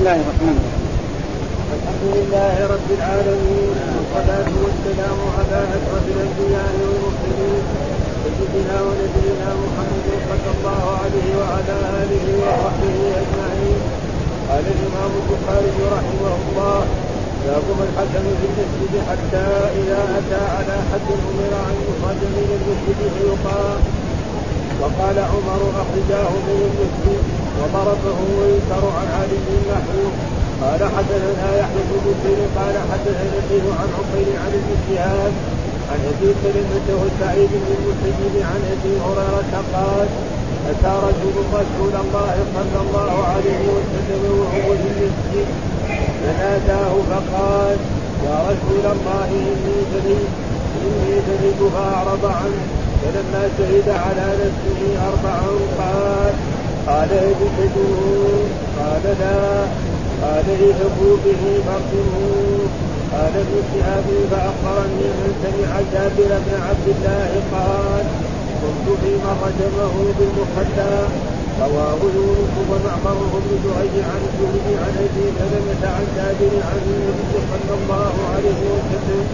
الله الرحمن الرحيم. الحمد لله رب العالمين والصلاة والسلام على أشرف الأنبياء والمرسلين سيدنا ونبينا محمد صلى الله عليه وعلى آله وصحبه أجمعين. قال الإمام البخاري رحمه الله: باب من حكم في المسجد حتى إذا أتى على حد أمر أن يخرج من المسجد فيقام. وقال عمر: أخرجاه من المسجد وضربه وينكر عن علي نحوه. قال حدثنا يحيى بن بكير قال حدثنا فيه عن عقيل عن ابن شهاب عن ابي سلمة وسعيد بن المسيب عن ابي هريرة قال: أتى رجل رسول الله صلى الله عليه وسلم وهو في المسجد فناداه فقال: يا رسول الله إني ذنبت فأعرض عنه. فلما شهد على نفسه 4 قال: اجتهدوه. قال: لا. قال: اذهبوا به فاقتلوه. قال ابن شهاب: فأخبرني من سمع جابر بن عبد الله قال: كنت فيما رجمه بالمخدى. رواه يونس ومعمر بن زهير عن الزهري عن ابي سلمة عن جابر عن النبي صلى الله عليه وسلم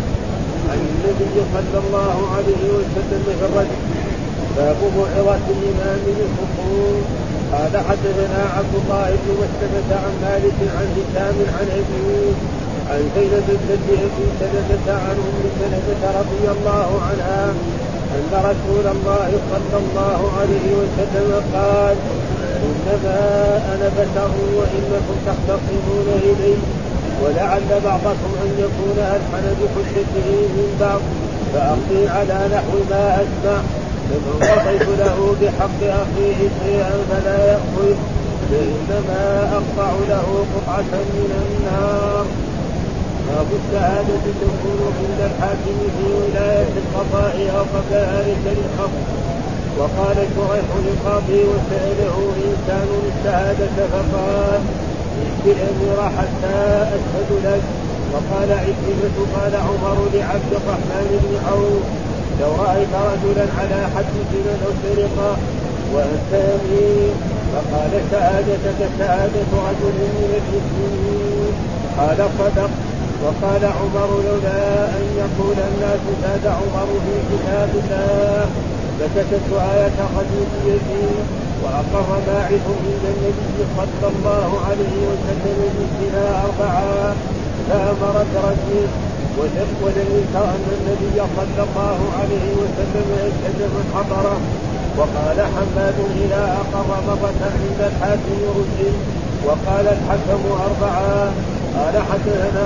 في الرجل. باب موعظة الإمام للخصوم. قال حدثنا عبد الله بن مسلمة عن مالك عن هشام عن أبيه عن زينب بنت أبي سلمة عن أم سلمة رضي الله عنها أن رسول الله صلى الله عليه وسلم قال: إنما أنا بشر وإنكم تختصمون إلي، ولعل بعضكم أن يكون ألحن بحجته من بعض، فأقضي على نحو ما أسمع. فمن قضيت له بحق أخيه شيئا فلا يأخذ، فإنما أقطع له قطعة من النار. باب الشهادة تكون عند الحاكم في ولاية القضاء أو قبل ذلك للخصم. وقال شريح للقاضي وسأله إنسان الشهادة فقال: ائت الأمير حتى أشهد لك. وقال عكرمة: قال عمر لعبد الرحمن بن عوف: لو رأيت رجلا على حد زنا أو سرقة وأنت يمين، فقال: شهادتك شهادة رجل من المسلمين. قال: صدق. وقال عمر: لولا أن يقول الناس زاد عمر في كتاب الله لكتبت آية خديجتي. وأقر باعث عند النبي صلى الله عليه وسلم بالزنا 4 فأمر برجمه. ولم ينكر أن النبي صلى الله عليه وسلم يشهد من حضره. وقال حماد: إذا أقر مرة عند الحاكم رجم. وقال الحكم 4. قال حدثنا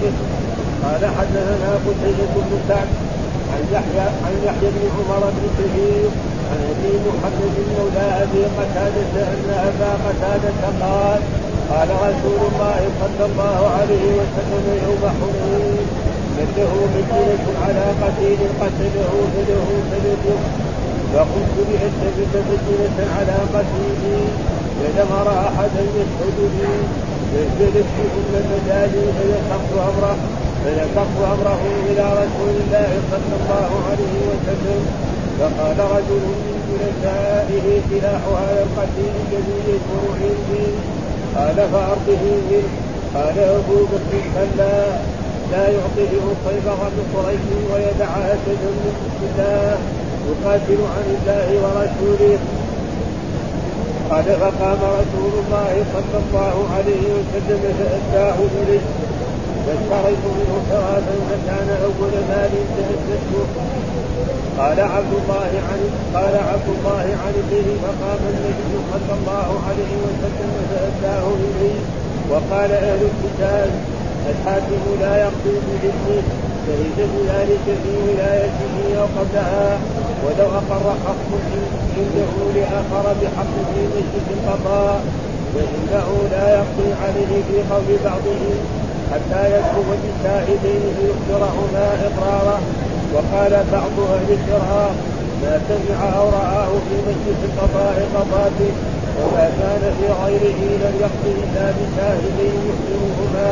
قتيبة بن سعد عن يحيى بن عمر بن كثير عن ابي محمد مولى ابي قتادة ان ابا قتادة قال: قال رسول الله صلى الله عليه وسلم يوم حنين: من له بينة على قتيل قتله فله سلطه. فقلت: لأثبت بينة على قتيلي فلم أرى أحدا يشهد لي. فجلست أم المجالس فذكرت أمره إلى رسول الله صلى الله عليه وسلم. فقال رجل من جلسائه: سلاح هذا القتيل الذي يشهر عندي. قال: فأرضه منه. قال أبو بكر: كلا، لا يعطيه الصيبغ من قريش ويدعها تجمع الله يقاتل عن الله ورسوله. قال: فقام رسول الله صلى الله عليه وسلم فأداه إليه، فاشتريت منه 3 فكان أول مال تأسسته. قال عبد الله عن ابنه: فقام النبي صلى الله عليه وسلم فأداه إليه. وقال أهل الكتاب: الحاكم لا يقضي بذمه، فإذا ذلك في ولايته أو قبلها. ولو أقر خصم عنده لآخر بحق في مجلس القضاء فإنه لا يقضي عليه في قول بعضهم حتى يكتب بالشاهدين ليخبرهما إقراره. وقال بعض أهل الشرع: ما سمع أو رآه في مجلس القضاء قضى به، وما كان في غيره لم يقضي إلا بشاهدين يخبرهما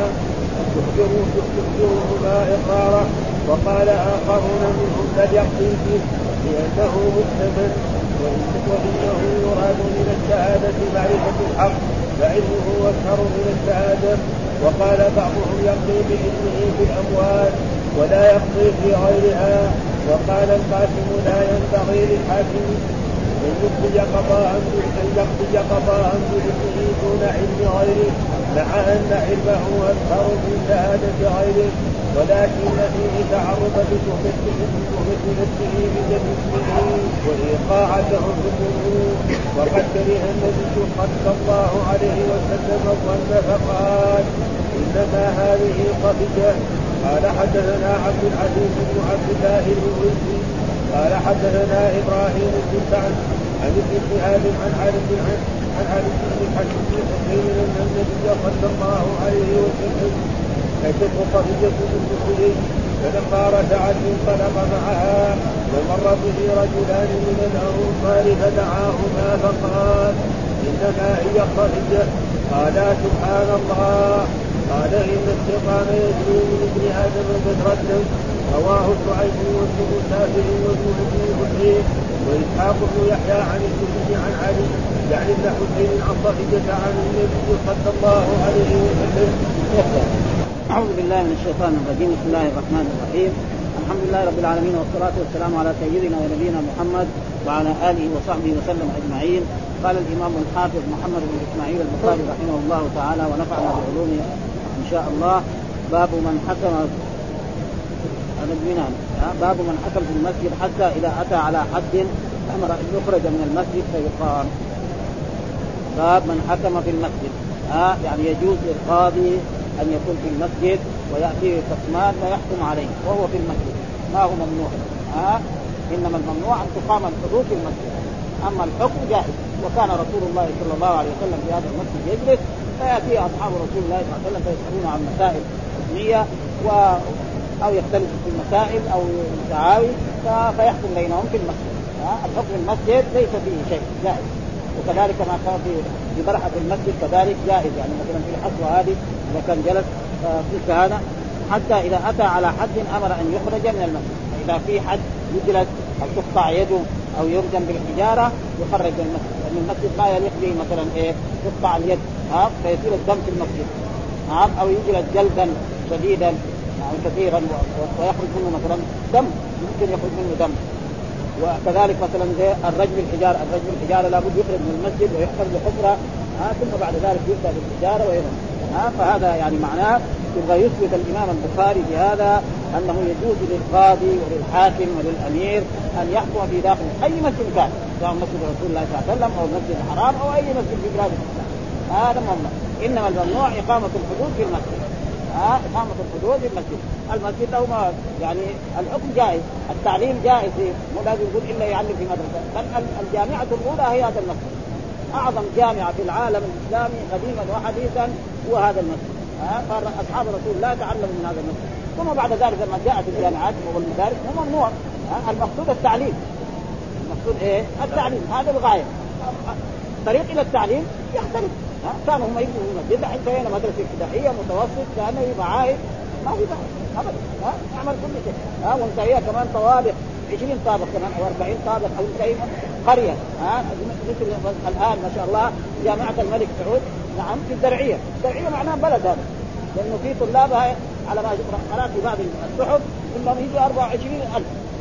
إقراره. وقال آخرون منهم: بل يقضي به لأنه مؤتمن، وإنه يراد من الشهادة معرفة الحق فعلمه أكثر من الشهادة. وقال بعضهم يقضي بعلمه في الأموال ولا يقضي في غيرها. وقال القاسم لا ينبغي للحاكم أن يقضي قضاء بعلمه دون علم غيره، مع أن علمه أكثر من شهادة غيره، ولكن فيه تعرض بتهمة نفسه بجسمه وإيقاعته بالذنوب. وقد كره النبي صلى الله عليه وسلم الظن فقال إنما هذه قضية. قال حدثنا عبد العزيز بن عبد الله الويسي قال حدثنا إبراهيم بن سعد عن ابن شهاب عن علي بن حكيم بن حسين أن النبي صلى الله عليه وسلم كشف قضية بن حسين، فلما رجعت انطلق معها ومر به رجلان من الأنصار فدعاهما فقال إنما هي قضية. قالا سبحان الله. قال إن الشيطان يجري من ابن آدم مجرى الدم. رواه شعيب وابن مسافر وابن حسين وإسحاق بن يحيى عن الزهري عن علي يعني ابن حسين عن صفية عن النبي صلى الله عليه وسلم. أعوذ بالله من الشيطان الرجيم. بسم الله الرحمن الرحيم. الحمد لله رب العالمين والصلاة والسلام على سيدنا ونبينا محمد وعلى آله وصحبه وسلم أجمعين. قال الإمام الحافظ محمد بن إسماعيل البخاري رحمه الله تعالى ونفعنا بعلومه إن شاء الله. باب من حكم في المسجد حتى إذا أتى على حد أمر أن يخرج من المسجد فيقام. باب من حكم في المسجد يعني يجوز للقاضي أن يكون في المسجد ويأتي خصمان ويحكم عليه وهو في المسجد، ما هو ممنوع. إنما الممنوع أن تقام الحدود في المسجد، أما الحكم جائز. وكان رسول الله صلى الله عليه وسلم في هذا المسجد يجلس فيأتي أصحاب رسول الله صلى الله عليه وسلم فيسألون عن مسائل حكمية أو يختلفوا في المسائل أو الدعاوي فيحكم بينهم في المسجد. الحكم في المسجد ليس فيه شيء، جائز. وكذلك ما كان في برحة المسجد كذلك جائز، يعني مثلا في الحصوة هذه إذا كان جلس في هذا حتى إذا أتى على حد أمر أن يخرج من المسجد. إذا في حد يجلس أو تقطع يده أو يرجم بالحجارة يخرج من المسجد، لأن المسجد ما يليق به مثلا تقطع اليد فيصير الدم في المسجد، أو يجلس جلدا شديدا يعني كثيرا ويخرج منه مثلا دم، يمكن يخرج منه دم. وكذلك مثلا الرجم الحجارة لابد يخرج من المسجد ويحفر بحفرة ثم بعد ذلك يبدأ بالحجارة ويرمى. فهذا يعني معناه يبغى يثبت الإمام البخاري بهذا أنه يجوز للقاضي وللحاكم وللأمير أن يحكم في داخل أي مسجد كان، سواء مسجد رسول الله صلى الله عليه وسلم أو المسجد الحرام أو أي مسجد في بلاد الإسلام. هذا ممنوع. إنما الممنوع إقامة الحدود في المسجد. إقامة الحدود في المسجد. المسجد له يعني الحكم جائز، التعليم جائز، مو لازم يقول إلا يعلم في مدرسة. بل الجامعة الأولى هي هذا المسجد. أعظم جامعة في العالم الإسلامي قديما وحديثا هو هذا المسجد. فأصحاب رسول الله تعلموا من هذا المسجد. ثم بعد ذلك لما جاءت الجامعات والمدارس هو ممنوع. المقصود التعليم. المقصود التعليم، هذا الغاية. طريق إلى التعليم يختلف. كانوا هم يبنوا المسجد حتى هنا مدرسة ابتدائية متوسط كانوا معاهد ما في أبدا نعمل كل شيء. وانتهيها كمان طوابق 20 طابق كمان أو 40 طابق أو شيء قرية. مثل الآن ما شاء الله جامعة الملك سعود نعم في الدرعية معناها بلد هذا، لأنه في طلابها على ما قرأت في بعض الصحف إنهم يجوا 24,000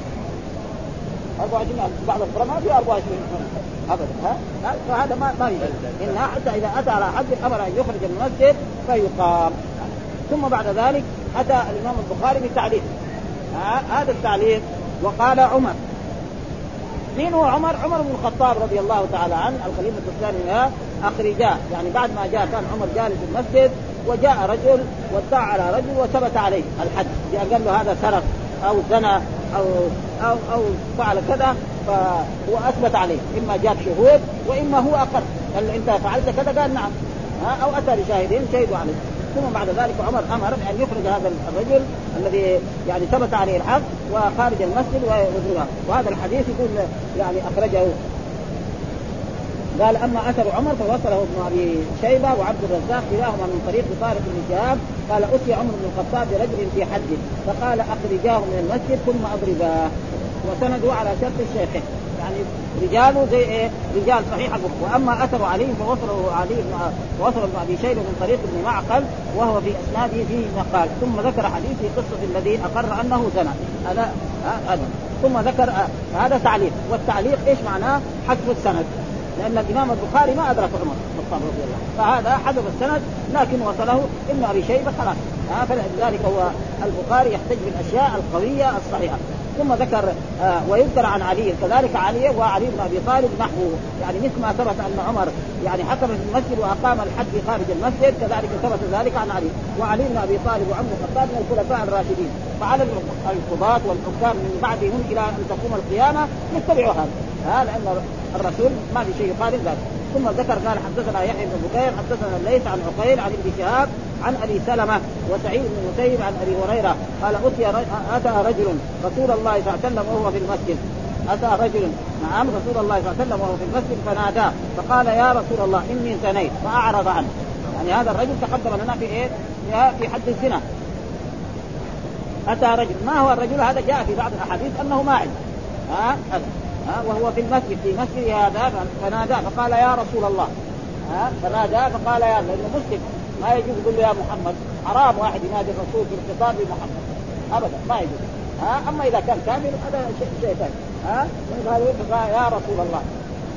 بعض القرى ما في 24,000 أبدا. فهذا ما يجوز. إنها حتى إذا أتى على حد أمر أن يخرج من المسجد فيقام. ثم بعد ذلك أتى الإمام البخاري بتعليم هذا التعليم. وقال عمر. مين هو عمر؟ عمر بن الخطاب رضي الله تعالى عنه الخليفة الثاني. أخرجاه يعني بعد ما جاء كان عمر جالس في المسجد وجاء رجل وادعى على رجل وثبت عليه الحد، قال له هذا سرق أو زنى أو فعل كذا، وأثبت عليه، إما جاب شهود وإما هو أقر قال أنت فعلت كذا، قال نعم، أو أتى بشاهدين شهدوا عليه. ثم بعد ذلك عمر أمر أن يخرج هذا الرجل الذي يعني ثبت عليه الحق وخارج المسجد ويضربه. وهذا الحديث يقول يعني أخرجه. قال أما أثر عمر فوصله ابن أبي شيبة وعبد الرزاق كلاهما من طريق طارق بن شهاب قال أتي عمر بن الخطاب برجل في حد فقال أخرجاه من المسجد ثم أضرباه، وسندوا على شرط الشيخين. يعني رجاله زي إيه رجال صحيح البخاري. وأما أثر علي فوصل ابن أبي شيبة من طريق ابن معقل وهو في أسناده فيه مقال. ثم ذكر حديث في قصة الذي أقر أنه زنى هذا ثم ذكر هذا تعليق. والتعليق إيش معناه؟ حذف السند، لأن الإمام البخاري ما أدرك عمر الخطاب رضي الله فهذا حذف السند لكن وصله ابن أبي شيبة خلاص. فلذلك هو البخاري يحتج بالأشياء القوية الصحيحة. ثم ذكر ويذكر عن علي كذلك علي وعلي بن أبي طالب نحوه، يعني مثل ما ثبت أن عمر يعني حكم في المسجد وأقام الحد خارج المسجد كذلك ثبت ذلك عن علي. وعلي بن أبي طالب وعمر الخطاب من الخلفاء الراشدين، فعلى القضاة والحكام من بعدهم إلى أن تقوم القيامة يتبعوا هذا لأن الرسول ما في شيء يقال ذلك. ثم ذكر قال حدثنا يحيى بن بكير حدثنا الليث عن عقيل عن ابن شهاب عن ابي سلمة وسعيد بن المسيب عن ابي هريره قال اتى رجل رسول الله صلى الله عليه وسلم وهو في المسجد. اتى رجل نعم رسول الله صلى الله عليه وسلم وهو في المسجد فناداه فقال يا رسول الله اني زنيت فاعرض عنه. يعني هذا الرجل تقدم لنا في ايه في حد الزنا. اتى رجل ما هو الرجل هذا؟ جاء في بعض الاحاديث انه ماعز وهو في المسجد في مسجد هذا فنادى فقال يا رسول الله فنادى فقال يا لأنه مسلم ما يجوز يقول له يا محمد، حرام واحد ينادي الرسول في الخطاب بمحمد أبدا ما يجوز. أما إذا كان كامل هذا شيء ثاني. فقال يا رسول الله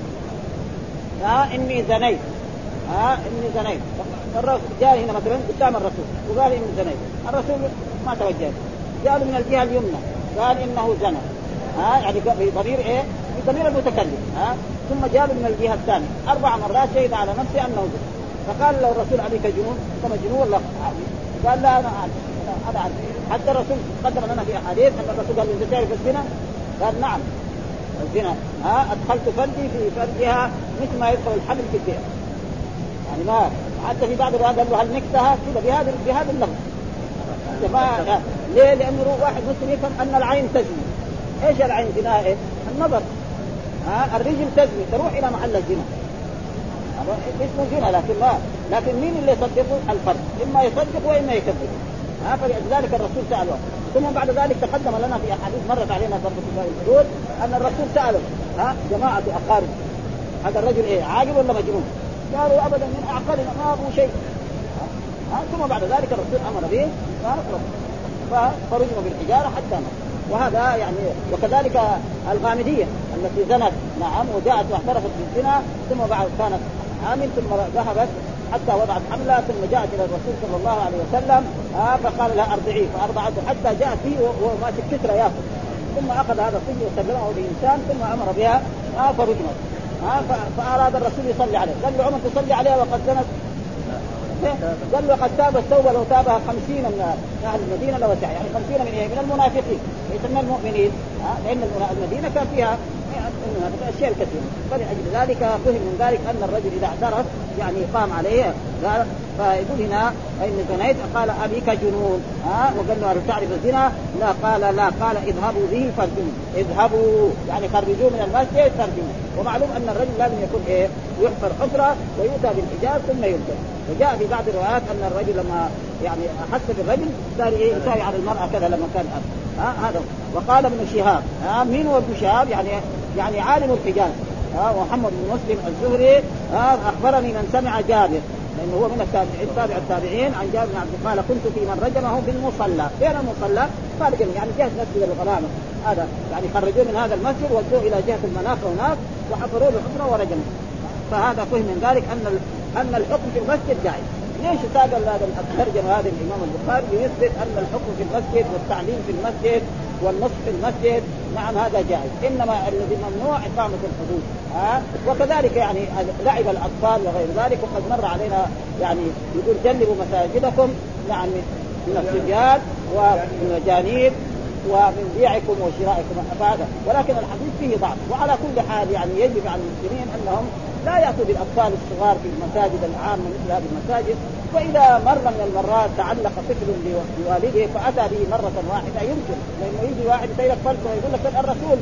إني زنيت إني زنيت. الرسول جاء هنا مثلا قدام الرسول وقال إني زنيت، الرسول ما توجه، جاء من الجهة اليمنى قال إنه زنى يعني بضمير ايه بضمير المتكلم ثم جاب من الجهه الثانيه 4 مرات شهد على نفسه انه زنا. فقال له الرسول عليك جنون كما جنون ولا قال لا انا عارف. حتى الرسول قدم لنا في احاديث ان الرسول قال انت تعرف الزنا؟ قال نعم الزنا ادخلت فردي في فردها مثل ما يدخل الحبل في البئر. يعني ما حتى في بعض الروايات قال له هل نكتها كذا بهذا اللفظ. ليه؟ لانه واحد مسلم يفهم ان العين تزني. ايش العين زنا؟ النظر. الرجل تزني تروح الى محل الزنا اسمه زنا لكن مين اللي يصدقه؟ الفرد، اما يصدق واما يكذب. فلذلك الرسول سأله. ثم بعد ذلك تقدم لنا في احاديث مرت علينا ضربة الحدود ان الرسول سأله جماعة اقارب هذا الرجل ايه عاقل ولا مجنون؟ قالوا ابدا من اعقلنا ما ابو شيء. ثم بعد ذلك الرسول امر به فرجموا بالحجارة حتى مات. وهذا يعني وكذلك الغامدية التي زنت نعم وجاءت واعترفت بالزنا ثم بعد كانت حامل ثم ذهبت حتى وضعت حملها ثم جاءت الى الرسول صلى الله عليه وسلم فقال لها ارضعيه فارضعته حتى جاءت فيه وهو ماسك كسرى ياكل ثم اخذ هذا الطفل وسلمه لانسان ثم امر بها فرجمت. فاراد الرسول يصلي عليه قال له عمر تصلي عليها وقد زنت؟ قال له قد تاب التوبة لو تابها 50 من أهل المدينة لوسع. يعني 50 من إيه؟ من المنافقين ليس من المؤمنين لأن المدينة كان فيها أشياء كثيرة. فلأجل ذلك فهم من ذلك أن الرجل إذا اعترف يعني قام عليه قال فيقول هنا إن زنيت قال أبيك جنون وقال له هل تعرف الزنا؟ لا قال لا قال اذهبوا به فارجموا اذهبوا يعني خرجوه من المسجد فارجموا. ومعلوم أن الرجل لازم يكون إيه يحفر حفرة ويؤتى بالحجاب ثم يرجم. وجاء في بعض الروايات أن الرجل لما يعني أحس بالرجل صار إيه يساوي على المرأة كذا لما كان هذا. وقال ابن شهاب مين هو ابن شهاب؟ يعني عالم الحجاز محمد بن مسلم الزهري أخبرني من سمع جابر لأنه هو من تابع التابعين عن جابر بن عبد الله قال كنت في من رجمه بالمصلى. فين المصلى؟ قال يعني جهة مسجد الغلامة هذا يعني خرجوه من هذا المسجد ودوه إلى جهة المناقة هناك وحفروا له حفرة ورجموه. فهذا فهم من ذلك أن الحكم في المسجد جائز. ليش ساق هذا الترجمة هذا الإمام البخاري يثبت أن الحكم في المسجد والتعليم في المسجد والنصح في المسجد نعم هذا جائز. إنما الذي ممنوع إقامة الحدود وكذلك يعني لعب الأطفال وغير ذلك. وقد مر علينا يعني يقول جنبوا مساجدكم يعني من الصبيان ومن المجانين ومن بيعكم وشرائكم هذا. ولكن الحديث فيه ضعف. وعلى كل حال يعني يجب على المسلمين أنهم لا يأتوا بالأطفال الصغار في المساجد العامة مثل هذه المساجد. وإذا مر من المرات تعلق طفل بوالده فأتى به مرة واحدة يمكن لأنه يجي واحد يسيرك فرق ويقول لك الرسول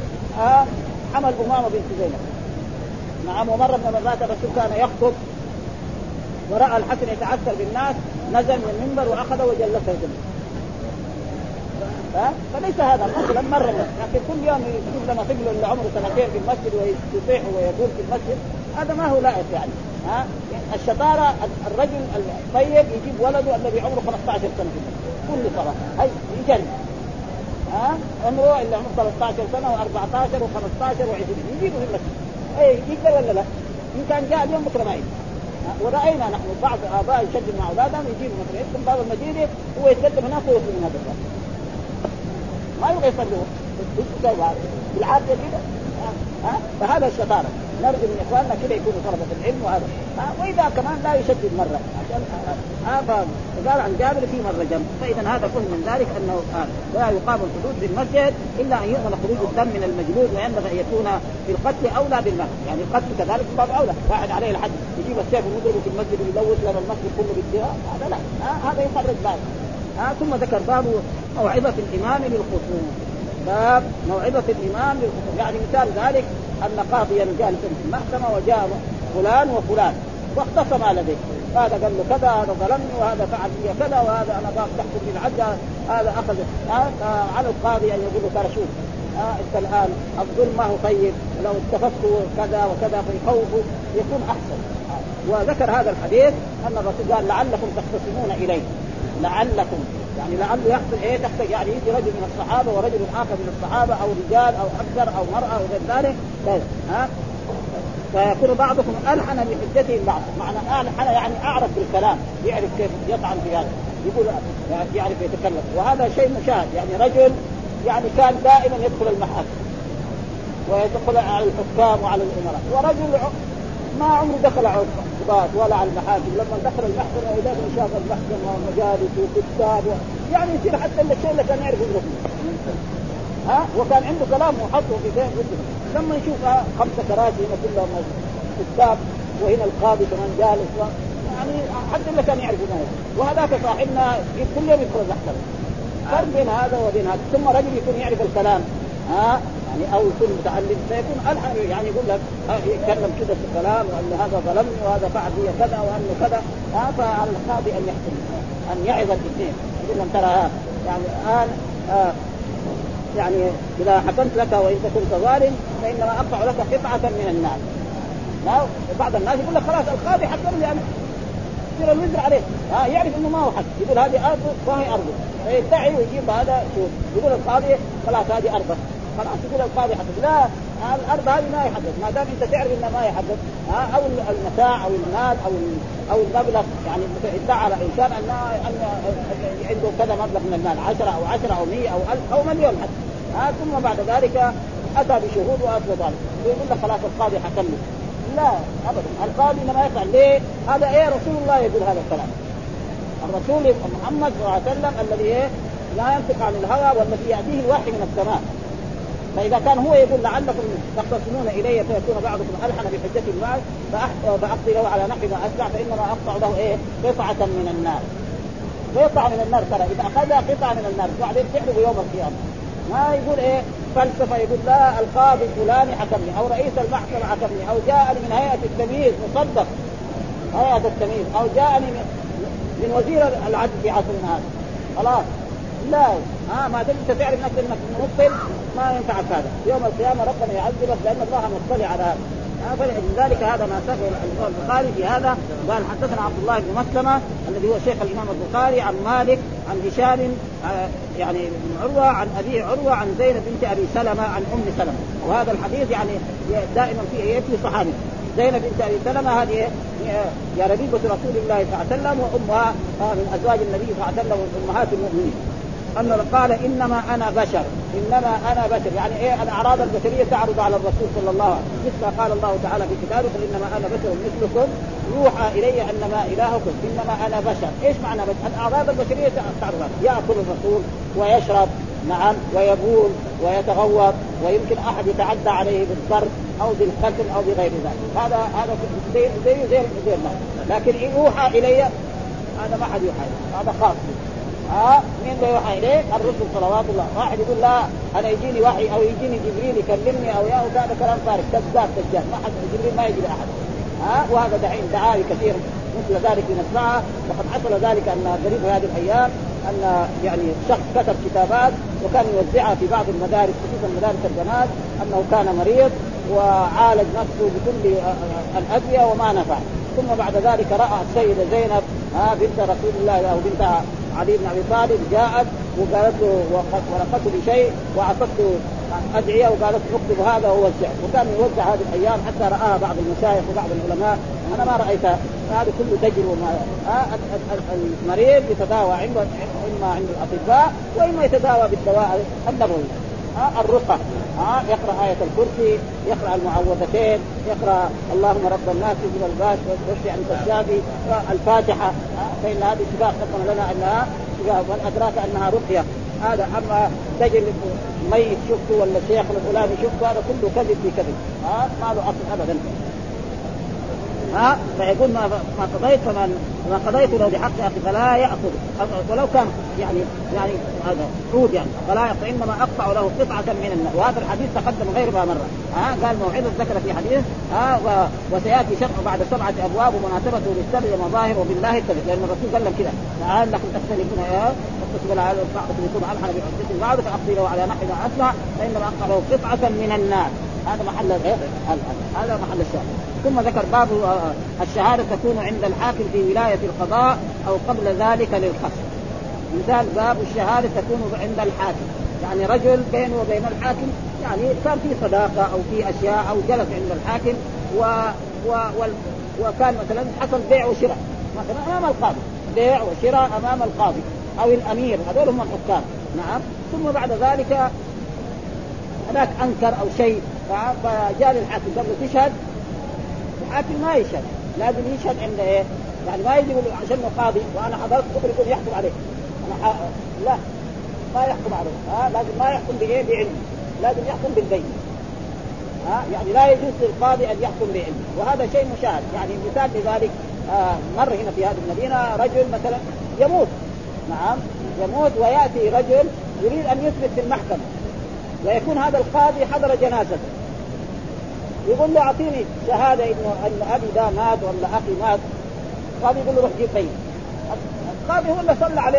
حمل أمامة بنت زينب نعم. ومرة من المرات الرسول كان يخطب ورأى الحسن يتعثر بالناس نزل من المنبر وأخذ وجلسه جميعا. فليس هذا مثلا مرة، لكن كل يوم يجيب لنا طفل اللي عمره سنتين في المسجد ويصيح ويقول في المسجد، هذا ما هو لائق يعني. الشطارة الرجل الطيب يجيب ولده الذي عمره 15 سنة في المسجد كل صلاة هاي يجنن، عمره اللي عمره 13 سنة و14 و15 و20 يجيبه في المسجد، يقدر ولا لا؟ إن كان جاء اليوم بكرة ما يجي. ورأينا نحن بعض آباء يشجع مع أولادهم يجيبوا مثلا يدخل باب المدينة هو يتقدم هناك ويوصل من هذا الباب، ما يبغى يصلوا بالعافية كده. فهذا الشطارة، نرجو من إخواننا كده يكونوا طلبة العلم. وهذا وإذا كمان لا يشدد مرة عشان قال عن جابر في مرة جنب. فإذا هذا كل من ذلك أنه لا يقام الحدود في المسجد إلا أن يؤمن خروج الدم من المجلود، وينبغي أن يكون في القتل أولى بالمال، يعني القتل كذلك باب أولى. واحد عليه الحد يجيب السيف ويضربه في المسجد ويلوث لنا المسجد كله بالدماء، هذا لا، هذا يخرج باب. ثم ذكر باب موعظة الإمام للخصوم. باب موعظة الإمام للخصوم، يعني مثال ذلك أن قاضيا جالسا في المحكمة وجاء فلان وفلان واختصما لديه، هذا قال له كذا، هذا ظلمني، وهذا فعل لي كذا، وهذا أنا بحكم بالعدل، هذا أخذ. على القاضي أن يقول له ترى شوف، أنت الآن الظلم ما هو طيب، لو اتفقتوا كذا وكذا فيخوفوا يكون أحسن. وذكر هذا الحديث أن الرسول قال لعلكم تختصمون إليه، لعلكم يعني لعله يحصل تحت، يعني يجي رجل من الصحابة ورجل آخر من الصحابة أو رجال أو أكثر أو مرأة وغير ذلك، فيكون بعضكم ألحن بحجته البعض. معنى ألحن يعني أعرف بالكلام، يعرف كيف يطعن في هذا، يقول يعرف يتكلم. وهذا شيء مشاهد، يعني رجل يعني كان دائما يدخل المحاكم ويدخل على الحكام وعلى الأمراء، ورجل ما عمره دخل على القضاة ولا على المحاكم. لما دخل المحكمة وإذا شاف المحكمة ومجالس وكتاب يعني يصير حتى الشيء اللي كان يعرف يدرسه، وكان عنده كلام محطه في ذهن جدا. لما يشوف 5 كراسي هنا كلهم كتاب وهنا القاضي كمان جالس، يعني حتى اللي كان يعرف ما. وهذاك صاحبنا كل يوم يدخل المحكمة، فرق بين هذا وبين هذا. ثم رجل يكون يعرف الكلام يعني أو يكون متعلم فيكون ألحن، يعني يقول لك يتكلم كده في الكلام وأن هذا ظلمني وهذا فعل لي كذا وأنه كذا. فعلى القاضي أن يحكم، أن يعظ الاثنين، يقول لهم ترى يعني الآن يعني إذا حكمت لك وإن كنت ظالم فإنما أقطع لك قطعة من النار. بعض الناس يقول لك خلاص القاضي حكم لي أنا، يصير الوزر عليه، يعرف إنه ما هو حق، يقول هذه أرض وهي أرض، يدعي ويجيب هذا شوف، يقول القاضي خلاص هذه أرض، خلاص يقول القاضي حدد. لا، الأرض هذه ما يحدد، ما دام أنت تعرف إنه ما يحدد، أو المتاع أو المال أو المبلغ، يعني ادعى على إنسان أن عنده كذا مبلغ من المال 10 أو 10 أو 100 أو 1000 أو مليون حتى، ثم بعد ذلك أتى بشهود وأثبت ذلك، ويقول لك خلاص القاضي حكم له. لا أبدا، القاضي ما يفعل. ليه؟ هذا رسول الله يقول هذا الكلام، الرسول محمد صلى الله عليه وسلم الذي لا ينطق عن الهوى والذي يأتيه الوحي من السماء. فإذا كان هو يقول لعلكم تختصمون إلي فيكون بعضكم ألحن بحجة المال فأقضي له على نحو ما أسمع فإنما أقطع له قطعة من النار. قطعة من النار، ترى إذا أخذها قطعة من النار بعدين تعرف يوم القيامة. ما يقول فلسفة، يقول لا القاضي الفلاني حكمني أو رئيس المحكمة حكمني أو جاءني من هيئة التمييز مصدق هيئة التمييز أو جاءني من وزير العدل في عصرنا هذا، خلاص لا. ما دام انت تعرف نفسك انك مبطل ما ينفعك هذا، يوم القيامه ربنا يعذبك لان الله مطلع على هذا. فلذلك هذا ما سبق الامام البخاري في هذا. قال حدثنا عبد الله بن مسلمة الذي هو شيخ الامام البخاري عن مالك عن هشام يعني بن عروة عن ابي عروة عن زينب بنت ابي سلمة عن ام سلمة. وهذا الحديث يعني دائما فيه في صحابي زينب بنت ابي سلمة، هذه يا ربيبة رسول الله صلى الله عليه وسلم وامها من ازواج النبي صلى الله عليه وسلم وامهات المؤمنين. أنه قال إنما أنا بشر، إنما أنا بشر، يعني الأعراض البشرية تعرض على الرسول صلى الله عليه وسلم، مثل قال الله تعالى في كتابه إنما أنا بشر مثلكم يوحى إلي أنما إلهكم إنما أنا بشر. إيش معنى بشر؟ الأعراض البشرية تعرض، يأكل الرسول ويشرب نعم ويبول ويتغوط، ويمكن أحد يتعدى عليه بالضرب أو بالقتل أو بغير ذلك. هذا زي الناس، لكن يوحى إلي هذا ما حد يوحى، هذا خاص. مين اللي يوحى إليه؟ الرسل صلوات الله. واحد يقول لا أنا يجيني وحي أو يجيني جبريل يكلمني أو هذا كلام فارغ، كذاب دجال، ما حد جبريل ما يجي لأحد. وهذا دعاوي كثير مثل ذلك نسمعها. وقد حصل ذلك أن قريب هذه الأيام ان يعني شخص كتب كتابات وكان يوزعها في بعض المدارس خصوصا مدارس البنات انه كان مريض وعالج نفسه بكل الادويه وما نفع. ثم بعد ذلك راى السيده زينب بنت رسول الله او بنت علي بن ابي طالب جاءت وقالت له ورقته بشيء واعطته ادعيه وقالت اكتب هذا ووزعه، وكان يوزع هذه الايام حتى راها بعض المشايخ وبعض العلماء. انا ما رايتها، هذا كله تجربه. المريض يتداوى اما عند الاطباء واما يتداوى بالدواء النبوي. الرقى يقرأ آية الكرسي، يقرأ المعوذتين، يقرأ اللهم رب الناس من الباس واشفي عن الشافي، الفاتحة، فإن هذه شفاء قسم لنا أنها شفاء، من أدراك أنها رقية. هذا أما تجد ميت شفته ولا الشيخ الفلاني شفته، هذا كله كذب في كذب، ما له أصل أبدا. فيقول ما قضيت فما قضيت له بحق أخي فلا يأخذ، ولو كان يعني هذا عود يعني فلا يأخذ، إنما أقطع له قطعة من النار. وهذا الحديث تقدم غيرها مرة. قال موعظة ذكر في حديث وسيأتي شرع بعد 7 أبواب ومناسبته بالسبع مظاهر وبالله التبع، لأن الرسول قال لهم كذا تعال لكم تختلفون تقسم على بعضكم يكون ألحن بحجة بعض فأقضي له على نحو ما أسمع فإنما أقطع له قطعة من النار. هذا محل هذا محل الشاهد. ثم ذكر باب الشهادة تكون عند الحاكم في ولاية القضاء أو قبل ذلك للخصم. مثال باب الشهادة تكون عند الحاكم، يعني رجل بينه وبين الحاكم يعني كان في صداقة أو في أشياء أو جلس عند الحاكم وكان مثلا حصل بيع وشراء مثلا أمام القاضي، بيع وشراء أمام القاضي أو الأمير، هذول هم الحكام. نعم. ثم بعد ذلك هناك أنكر أو شيء فجاء للحاكم قبل تشهد، الحاكم ما يشهد، لازم يشهد عند ايه؟ يعني ما يجي يقول عشان قاضي وانا حضرت بكره يقول يحكم عليه، انا لا ما يحكم عليه، لازم ما يحكم بايه؟ بعلم، لازم يحكم بالبين. يعني لا يجوز للقاضي ان يحكم بعلم، وهذا شيء مشاهد. يعني مثال لذلك مر هنا في هذه المدينه رجل مثلا يموت، نعم يموت، وياتي رجل يريد ان يثبت في المحكمه، ويكون هذا القاضي حضر جنازته، يقول له اعطيني شهاده ان ابي ده مات ولا اخي مات. القاضي يقول له روح جيب بين. القاضي هو اللي صلى عليه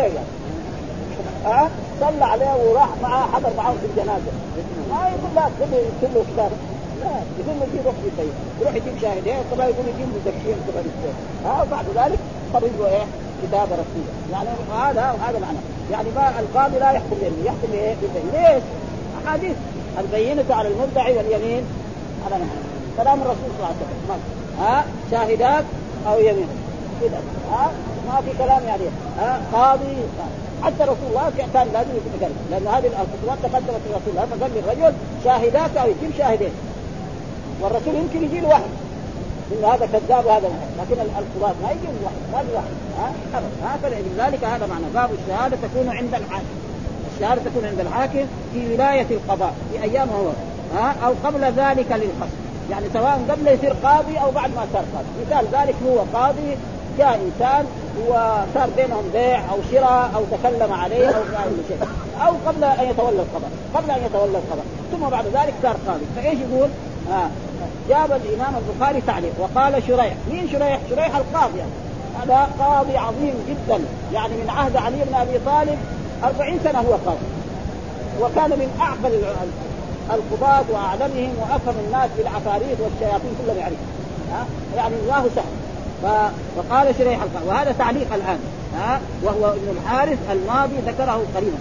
يعني صلى عليه وراح معاه حضر معاه في الجنازه، ما يقول لا يكتب له كتاب، لا يقول له جيب روح جيب بين، يروح يجيب شاهدين، طبعا يقول يجيب مزكين طبعا وبعد ذلك طبعا له ايه؟ كتابه رسميه. يعني هذا معنى، يعني ما القاضي لا يحكم باليمين، يحكم ايه؟ بالبين. ليش؟ احاديث البينة على المدعي واليمين على نحن. كلام الرسول صلى الله عليه وسلم شاهدات او يمين كده، ما في كلام يعني قاضي. حتى رسول الله كان لازم يتكلم، لان هذه الخطوات تقدمت لرسول الله، فقال للرجل شاهدات او يجيب شاهدين، والرسول يمكن يجي له واحد إن هذا كذاب وهذا مهم. لكن القضاة ما يجي له واحد، ما له واحد. فلذلك هذا معنى باب الشهادة تكون عند الحاكم. الشهادة تكون عند الحاكم في ولاية القضاء في أيام هو أو قبل ذلك للخصم، يعني سواء قبل يصير قاضي أو بعد ما صار قاضي. مثال ذلك هو قاضي جاء إنسان وصار بينهم بيع أو شراء أو تكلم عليه أو فعل شيء، أو قبل أن يتولى القضاء، ثم بعد ذلك صار قاضي. فإيش يقول؟ جاب الإمام البخاري تعليق وقال شريح. مين شريح؟ شريح القاضي، هذا قاضي عظيم جدا، يعني من عهد علي بن أبي طالب 40 سنة هو قاضي، وكان من أعقل القضاة وأعلمهم وأفهم الناس بالعفاريت والشياطين كلهم يعرف، يعني الله سهل. فقال شريح القاضي، وهذا تعليق الآن وهو ابن الحارث الماضي ذكره قريبا.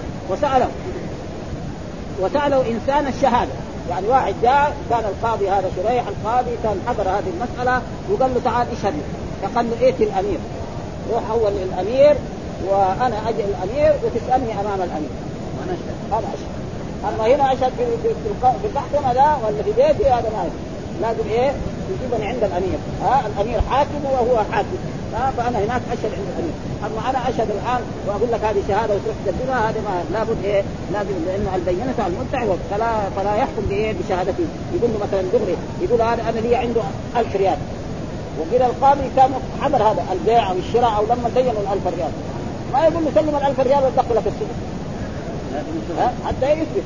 وسأله إنسان الشهادة، يعني واحد جاء كان القاضي هذا شريح القاضي كان حضر هذه المسألة وقال له تعال اشهد، فقال له ائت الأمير، روح أول للأمير وأنا أجي الأمير وتسألني أمام الأمير وأنا أشهد. هذا أشهد. أما هنا أشهد في المحكمة لا ولا في بيتي، هذا ما لازم إيه؟ يجيبني عند الأمير. الأمير حاكم وهو حاكم، فأنا هناك أشهد عند الأمير. أما أنا أشهد الآن وأقول لك هذه شهادة وتروح تقدمها، هذا ما لابد إيه؟ لازم، لأن البينة على المدعي فلا يحكم بإيه؟ بشهادته. يقول له مثلا دغري، يقول هذا أنا لي عنده 1000 ريال، وقيل القاضي كان حضر هذا البيع أو الشراء أو لما بينوا 1000 ريال، ما يقول له سلم 1000 ريال وتدخل لك السجن حتى يثبت.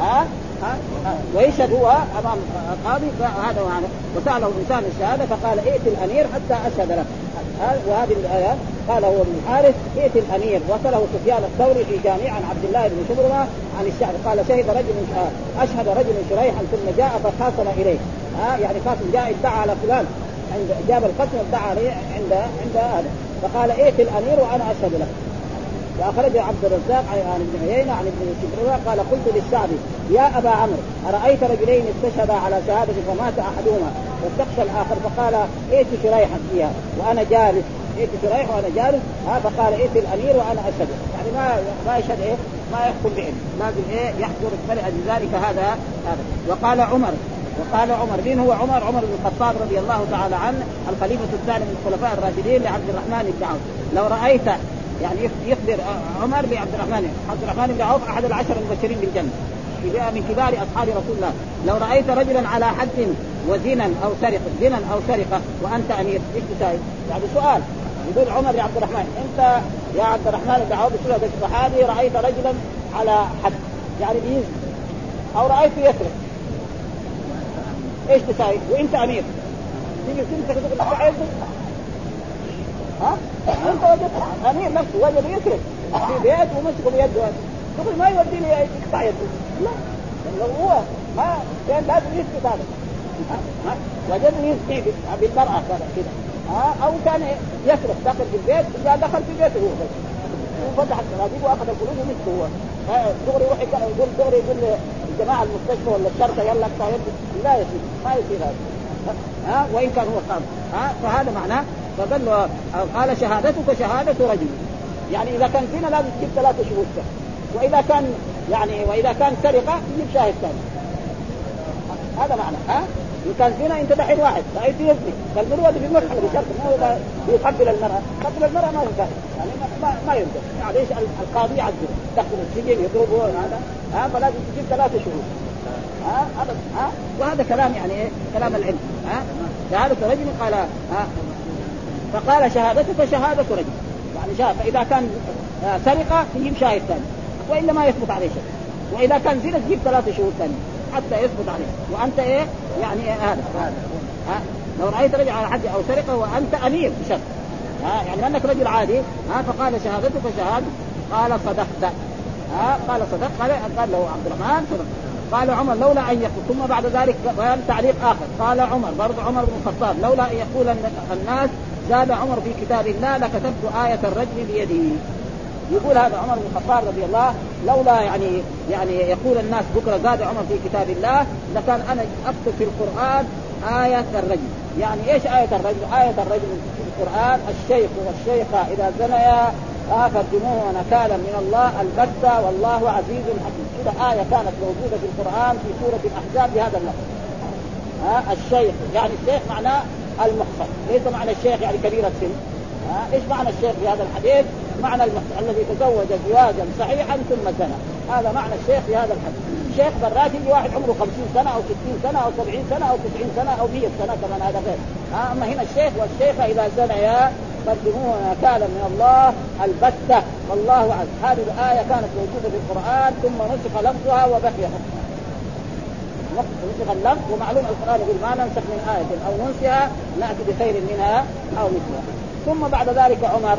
ويشهد هو امام القاضي. فهذا معنى. وسأله انسان الشهاده فقال ائت الامير حتى اشهد لك. وهذه الايات قال هو ابن الحارث ائت الأمير. وصله سفيان الثوري في جامع عن عبد الله بن شبرمة عن الشعبي قال شهد رجل أشهد رجل شريحا ثم جاء فخاصم إليه يعني خاصم جاء ادعى على فلان عند جاب القسم ادعى عليه عند هذا فقال ائت الأمير وأنا أشهد له. وأخرجه عبد الرزاق عن ابن عيينة عن ابن شبرمة قال قلت للشعبي يا أبا عمرو أرأيت رجلين استشهدا على شهادة فمات أحدهما واستخشى الآخر فقال ائت شريحا فيها وأنا جالس ائت شريح وأنا جالس فقال ائت الأمير وأنا أشهد يعني ما يشهد ما يحكم بعلم لازم يحضر لذلك هذا. وقال عمر مين هو عمر بن الخطاب رضي الله تعالى عنه الخليفة الثاني من الخلفاء الراشدين لعبد الرحمن بن عوف. لو رأيت يعني يخبر عمر بعبد الرحمن بن عوف أحد العشر المبشرين بالجنة من كبار أصحاب رسول الله. لو رأيت رجلا على حد وزنا أو سرقة وأنت أمير إيش تساوي؟ يعني سؤال يقول عمر لعبد الرحمن أنت يا عبد الرحمن بن عوف بسورة الصحابي رأيت رجلا على حد يعني بيزن أو رأيت يسرق إيش تساوي؟ وأنت أمير تيجي تمسك تقول لك أنت وجدت أمير نفسه وجد يسرق في بيت ومسكه بيده تقول ما يودي لي يقطع يده لا لو هو ما كان لازم يسكت هذا وجد يسكت بالمرأة كذا أو كان يسرق داخل في البيت إذا دخل في بيته هو وفتح الصناديق وأخذ الفلوس ومسكه هو دغري يقول الجماعة المستشفى ولا الشرطة يلا اقطع يده لا يصير ما يصير هذا وإن كان هو قام فهذا معناه. فقال قال شهادتك شهادة رجل يعني إذا كان زنا لازم تجيب 3 شهود وإذا كان سرقة تجيب شاهد ثاني هذا معنى إن كان زنا أنت دحين واحد رأيت يزني فالمروة في المرحلة بشرط ما يقبل المرأة ما ينفع يعني ما ينفع يعني إيش القاضي يعذب دخل السجن يضربه هذا فلازم تجيب 3 شهود وهذا كلام يعني كلام العلم شهادة رجل قال فقال شهادتك شهادة رجل يعني شاهد فإذا كان سرقة تجيب شاهد ثاني وإلا ما يثبت عليه شيء وإذا كان زنا تجيب 3 شهود ثاني حتى يثبت عليه وأنت يعني هذا لو رأيت رجل على حد أو سرقة وأنت أمير بشرط يعني أنك رجل عادي فقال شهادتك شهادة قال صدقت قال له عبد الرحمن صدق. قال عمر لولا أن يقول ثم بعد ذلك قال تعليق آخر قال عمر برضه عمر بن الخطاب لولا أن يقول الناس زاد عمر في كتاب الله لكتبت آية الرجل بيده. يقول هذا عمر بن الخطاب رضي الله لولا يعني يقول الناس بكرة زاد عمر في كتاب الله لكان أنا أكتب في القرآن آية الرجل. يعني إيش آية الرجل؟ آية الرجل في القرآن الشيخ والشيخة إذا زنيا فارجموه نكالا من الله البتة والله عزيز حكيم. كده آية كانت موجودة في القرآن في سورة الأحزاب بهذا اللفظ. الشيخ يعني الشيخ معناه المحصن ليس معنى الشيخ يعني كبير السن. إيش معنى الشيخ في هذا الحديث؟ معنى المحصن الذي تزوج زواجا صحيحا ثم زنى هذا معنى الشيخ في هذا الحديث. الشيخ برات يجي واحد عمره 50 سنة أو 60 سنة أو 70 سنة أو 90 سنة أو 100 سنة كمان هذا غير. أما هنا الشيخ والشيخة إذا زنيا قدموه نكالا من الله البتة والله عز. هذه الآية كانت موجودة في القرآن ثم نسخ لفظها وبقي حكمها. نسخ اللفظ ومعلوم القرآن يقول ما ننسخ من آية أو ننسها نأتي بخير منها أو مثلها. ثم بعد ذلك عمر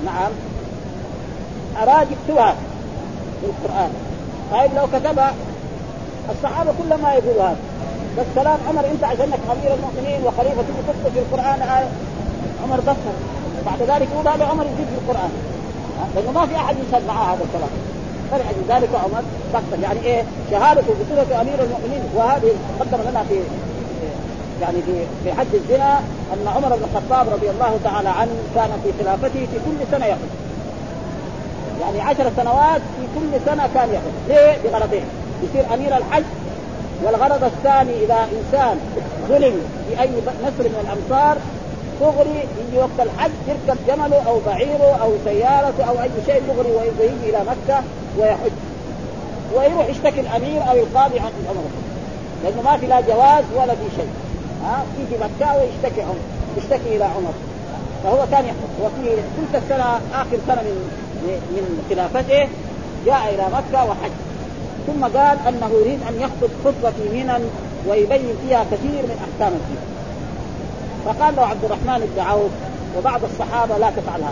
أراد يكتبها في القرآن. طيب لو كتب الصحابة كل ما يقولوا هذا بس كلام عمر أنت عشانك أمير المؤمنين وخليفة تكتب في القرآن آية عمر بصر. بعد ذلك يقول هذا عمر يزيد في القرآن لأنه ما في أحد يشهد معاه هذا الكلام. فلعل ذلك عمر بصر يعني إيه شهادته بصورة أمير المؤمنين. وهذه قدم لنا في حد الزنا أن عمر بن الخطاب رضي الله تعالى عنه كان في خلافته في كل سنة يحج يعني 10 سنوات في كل سنة كان يحج. ليه؟ بغرضين يصير أمير الحج والغرض الثاني إذا إنسان ظلم في أي نسر من الأمصار دغري يجي وقت الحج يركب جمله أو بعيره أو سيارته أو أي شيء دغري ويجي إلى مكة ويحج ويروح يشتكي الأمير أو القاضي عن الأمر لأنه ما في لا جواز ولا في شيء. يجي مكة ويشتكي يشتكي إلى عمر. فهو كان يحج وفي تلك السنة آخر سنة من خلافته جاء إلى مكة وحج ثم قال أنه يريد أن يخطب خطبة في منى ويبين فيها كثير من أحكام الدين. فقال له عبد الرحمن بن عوف وبعض الصحابة لا تفعل هذا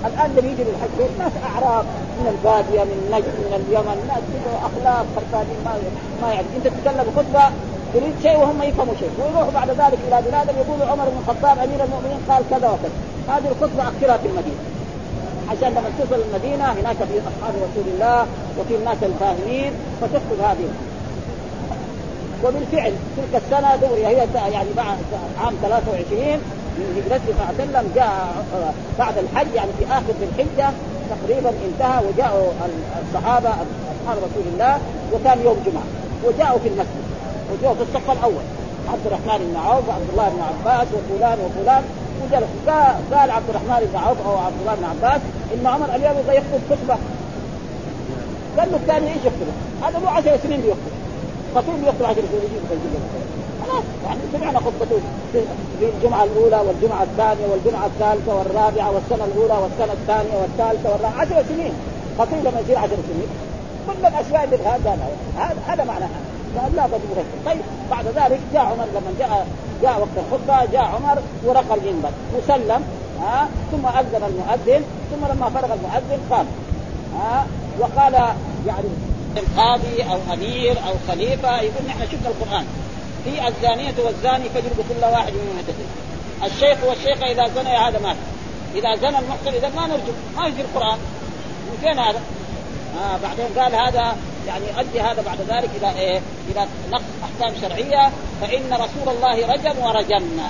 الآن اللي يجي للحج ناس أعراب من البادية من نجد من اليمن، ناس كده أخلاق خرفانين ما يعني أنت تتكلم خطبة تريد شيء وهم يفهموا شيء، ويروحوا بعد ذلك إلى بلادهم يقولوا عمر بن الخطاب أمير المؤمنين قال كذا وكذا. هذه الخطبة أكثرها في المدينة، عشان لما تصل المدينة هناك في أصحاب رسول الله وفي الناس الفاهمين فتخطب هذه. وبالفعل تلك السنة دوري هي يعني بعد عام 23 من هجرته صلى الله عليه وسلم جاء بعد الحج يعني في آخر الحجة تقريبا انتهى، وجاءوا الصحابة أصحاب رسول الله وكان يوم جمعة وجاءوا في المسجد وجاءوا في الصف الأول عبد الرحمن بن عوف وعبد الله بن عباس وفلان وفلان وجلس. قال عبد الرحمن بن عوف أو عبد الله بن عباس إن عمر اليوم يبغى يخطب خطبة. قال له الثاني إيش يخطب؟ هذا له 10 سنين بيخطب، خطيب يخطب 10 سنين يجيب خلاص. يعني سمعنا خطبته في الجمعة الأولى والجمعة الثانية والجمعة الثالثة والرابعة والسنة الأولى والسنة الثانية والثالثة والرابعة 10 سنين. خطيب لما يصير 10 سنين كل الأشياء اللي هذا معناها لا بد من. طيب بعد ذلك جاء عمر لما جاء وقت الخطبة جاء عمر ورقى المنبر وسلم ثم أذن المؤذن، ثم لما فرغ المؤذن قام وقال يعني القاضي أو أمير أو خليفة يقول نحن شفنا القرآن في الزانية والزاني فاجلدوا كل واحد منهم محدثين. الشيخ والشيخة إذا زنى هذا مات، إذا زنى المحسن إذا ما نرجو ما يجي القرآن من فين هذا؟ بعدين قال هذا يعني يؤدي هذا بعد ذلك إلى إيه؟ إلى نقص أحكام شرعية، فإن رسول الله رجم ورجمنا.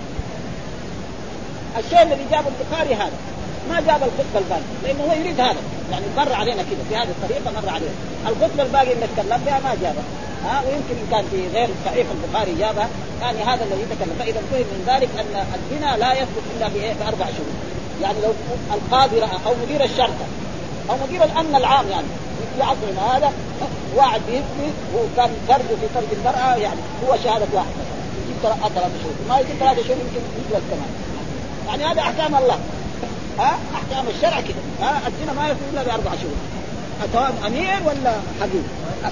الشيء الذي جاب البخاري هذا ما جاب الخطبة الباقي لأنه هو يريد هذا يعني مر علينا كده في هذه الطريقة مر علينا. الخطبة الباقي اللي نتكلم بها ما جابها ويمكن إن كان في غير صحيح البخاري جابها يعني هذا الذي يتكلم. فإذا فهم من ذلك أن الزنا لا يثبت إلا ب4 شهور. يعني لو القاضي رأى أو مدير الشرطة أو مدير الأمن العام يعني في عصرنا هذا واحد يبكي وكان فرده في فرد المرأة يعني هو شهادة واحد يجيب 3 شهور ما يجيب 3 شهور يمكن يجلس كمان. يعني هذا أحكام الله أحكام الشرع كده. الزنا ما يكون إلا ب4 شهور سواء أمير ولا حبيب.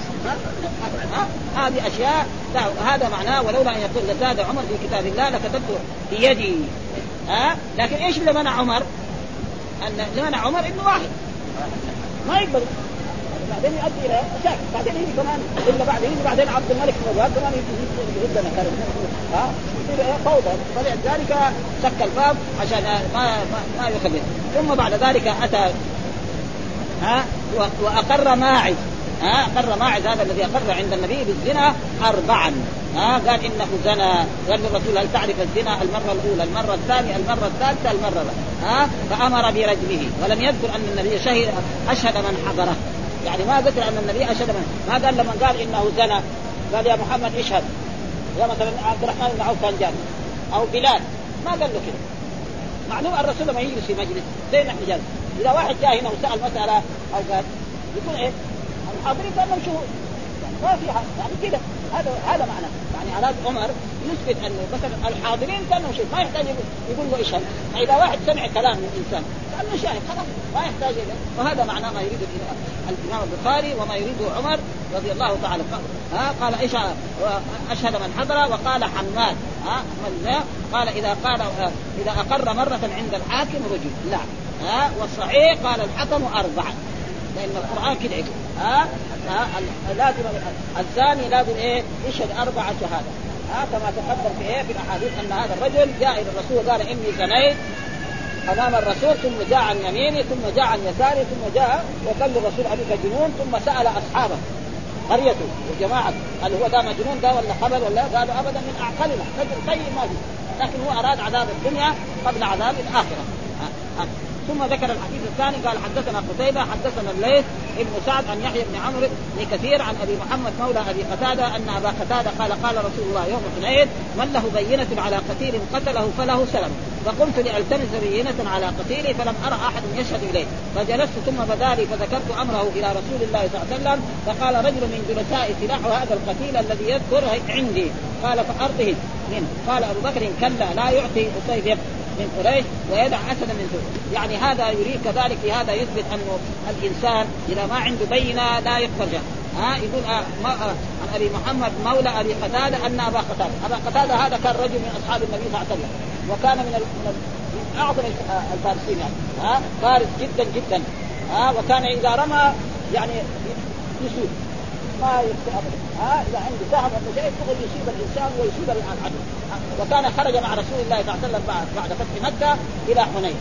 هذه أشياء هذا معناه ولولا أن يقول لزاد عمر في كتاب الله لكتبته بيدي. لكن إيش اللي منع عمر؟ اللي منع عمر إنه واحد ما يقبل بعدين يؤدي إلى مشاكل. بعدين يجي كمان إلا بعدين عبد الملك بن مروان كمان يجي ضدنا كرم يصير فوضى. فلذلك سك الباب عشان ما يخلي. ثم بعد ذلك أتى وأقر ماعز. أقر ماعز هذا الذي أقر عند النبي بالزنا 4. قال إنه زنا. قال للرسول هل تعرف الزنا؟ المرة الأولى المرة الثانية المرة الثالثة المرة فأمر برجمه. ولم يذكر أن النبي أشهد من حضره. يعني ما ذكر أن النبي أشهد ما قال لما قال إنه زنا قال يا محمد اشهد. يا مثلا عبد الرحمن بن عوف كان جانب أو بلال ما قال له كده. معلوم الرسول لما يجلس في مجلس زي نحن جالس إذا واحد جاء هنا وسأل مسألة أو قال يقول إيه الحاضرين كانوا شهود ما في يعني كده. هذا معنى يعني أراد عمر يثبت أنه مثلا الحاضرين كانوا شهود ما يحتاج يقول له إيش. إذا واحد سمع كلام من إنسان كأنه شاهد خلاص ما يحتاج إليه. وهذا معناه ما يريد الإمام البخاري وما يريده عمر رضي الله تعالى. قال إيش أشهد من حضر. وقال حماد قال إذا أقر مرة عند الحاكم رجل لا. والصحيح قال الحكم 4 لأن القرآن كده يقول لازم الزاني لازم يشهد 4 شهادة. كما تقدم في الأحاديث أن هذا الرجل جاء إلى الرسول قال إني زنيت أمام الرسول ثم جاء عن يميني ثم جاء عن يساري ثم جاء وقال للرسول عليك جنون. ثم سأل أصحابه قريته وجماعة هل هو ده مجنون ده ولا خبل ولا؟ قالوا أبدا من أعقلنا رجل طيب ما فيه. لكن هو أراد عذاب الدنيا قبل عذاب الآخرة. ثم ذكر الحديث الثاني قال حدثنا قتيبة حدثنا الليث ابن سعد عن يحيى بن عمرو بن كثير عن أبي محمد مولى أبي قتادة أن أبا قتادة قال رسول الله يوم حنين من له بينة على قتيل قتله فله سلم. فقلت لألتمس بينة على قتيلي فلم أرى أحد يشهد إليه فجلست ثم بدا لي فذكرت أمره إلى رسول الله صلى الله عليه وسلم فقال رجل من جلساء سلاح هذا القتيل الذي يذكره عندي قال فأرضه منه. قال أبو بكر كلا لا يعطي أصيب من قريش ويدع أسدا من ذو. يعني هذا يريد كذلك في هذا يثبت أنه الإنسان إذا ما عنده بينة لا يخرج. يقول عن أبي محمد مولى أبي قتادة أن أبا قتادة هذا كان رجل من أصحاب النبي صلى الله عليه وسلم وكان من اعظم الفارسين يعني فارس جدا جدا وكان اذا رمى يعني يسود ما يخطئ ابدا اذا عنده ذهب او شيء يصيب الانسان ويصيب العدو. وكان خرج مع رسول الله صلى الله عليه وسلم بعد فتح مكه الى حنين.